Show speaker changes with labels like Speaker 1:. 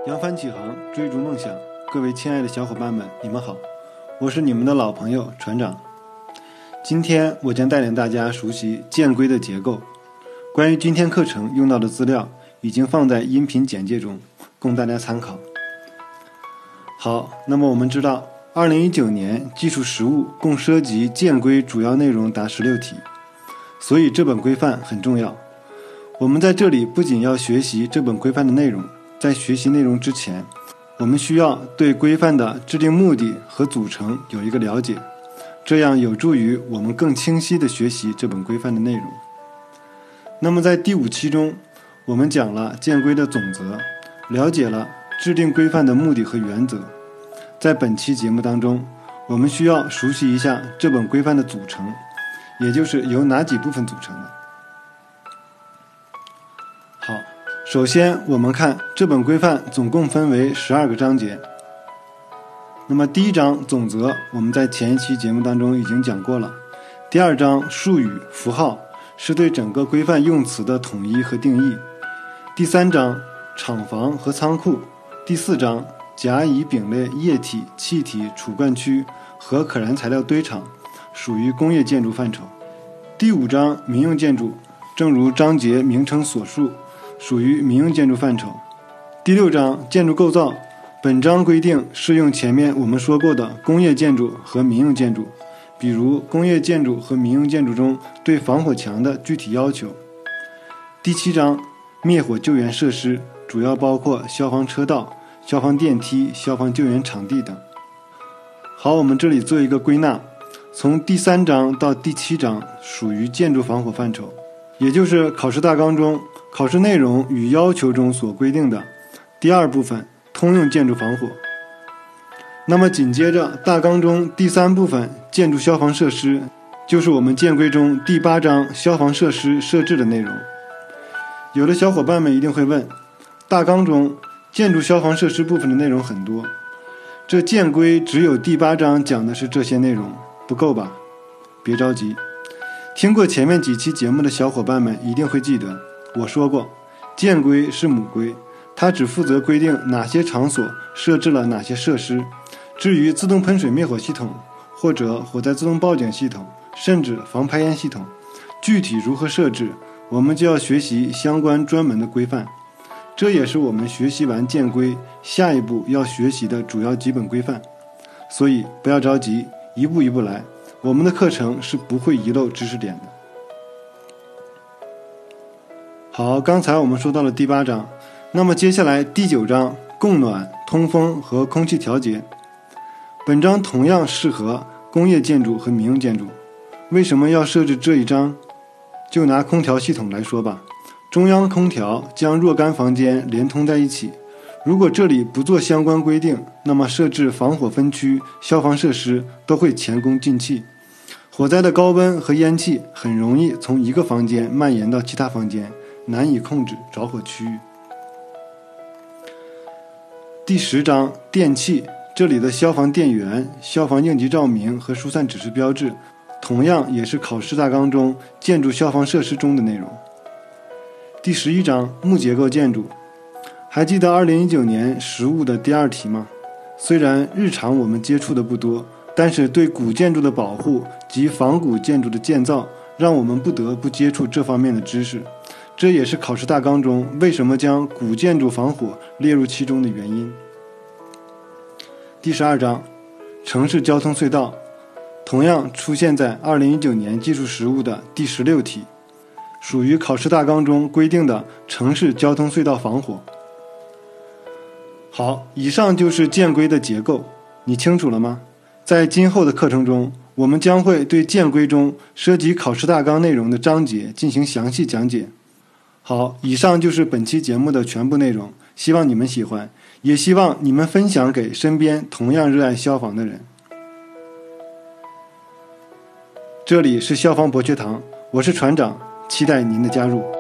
Speaker 1: 扬帆起航，追逐梦想。各位亲爱的小伙伴们，你们好，我是你们的老朋友船长。今天我将带领大家熟悉舰规的结构。关于今天课程用到的资料已经放在音频简介中，供大家参考。好，那么我们知道2019年基础实务共涉及舰规主要内容达16题，所以这本规范很重要。我们在这里不仅要学习这本规范的内容，在学习内容之前，我们需要对规范的制定目的和组成有一个了解，这样有助于我们更清晰地学习这本规范的内容。那么在第5期中，我们讲了舰规的总则，了解了制定规范的目的和原则。在本期节目当中，我们需要熟悉一下这本规范的组成，也就是由哪几部分组成的。好，首先我们看这本规范总共分为12个章节。那么第1章总则我们在前一期节目当中已经讲过了。第2章术语符号是对整个规范用词的统一和定义。第3章厂房和仓库。第4章甲乙丙类液体、气体储罐区和可燃材料堆场属于工业建筑范畴。第5章民用建筑，正如章节名称所述，属于民用建筑范畴。第6章建筑构造，本章规定适用前面我们说过的工业建筑和民用建筑，比如工业建筑和民用建筑中对防火墙的具体要求。第7章灭火救援设施，主要包括消防车道、消防电梯、消防救援场地等。好，我们这里做一个归纳，从第3章到第7章属于建筑防火范畴，也就是考试大纲中考试内容与要求中所规定的第2部分通用建筑防火。那么紧接着大纲中第3部分建筑消防设施，就是我们舰规中第8章消防设施设置的内容。有的小伙伴们一定会问，大纲中建筑消防设施部分的内容很多，这舰规只有第8章讲的是这些内容，不够吧？别着急，听过前面几期节目的小伙伴们一定会记得，我说过舰规是母规，它只负责规定哪些场所设置了哪些设施，至于自动喷水灭火系统或者火灾自动报警系统，甚至防排烟系统，具体如何设置，我们就要学习相关专门的规范。这也是我们学习完舰规下一步要学习的主要基本规范。所以不要着急，一步一步来，我们的课程是不会遗漏知识点的。好，刚才我们说到了第8章，那么接下来第9章供暖、通风和空气调节。本章同样适合工业建筑和民用建筑。为什么要设置这一章？就拿空调系统来说吧，中央空调将若干房间连通在一起，如果这里不做相关规定，那么设置防火分区、消防设施都会前功尽弃。火灾的高温和烟气很容易从一个房间蔓延到其他房间，难以控制着火区域。第10章电气，这里的消防电源、消防应急照明和疏散指示标志，同样也是考试大纲中建筑消防设施中的内容。第11章木结构建筑，还记得2019年实务的第2题吗？虽然日常我们接触的不多，但是对古建筑的保护及仿古建筑的建造，让我们不得不接触这方面的知识。这也是考试大纲中为什么将古建筑防火列入其中的原因。第12章城市交通隧道，同样出现在2019年技术实务的第16题，属于考试大纲中规定的城市交通隧道防火。好，以上就是舰规的结构，你清楚了吗？在今后的课程中，我们将会对舰规中涉及考试大纲内容的章节进行详细讲解。好，以上就是本期节目的全部内容，希望你们喜欢，也希望你们分享给身边同样热爱消防的人。这里是消防博学堂，我是船长，期待您的加入。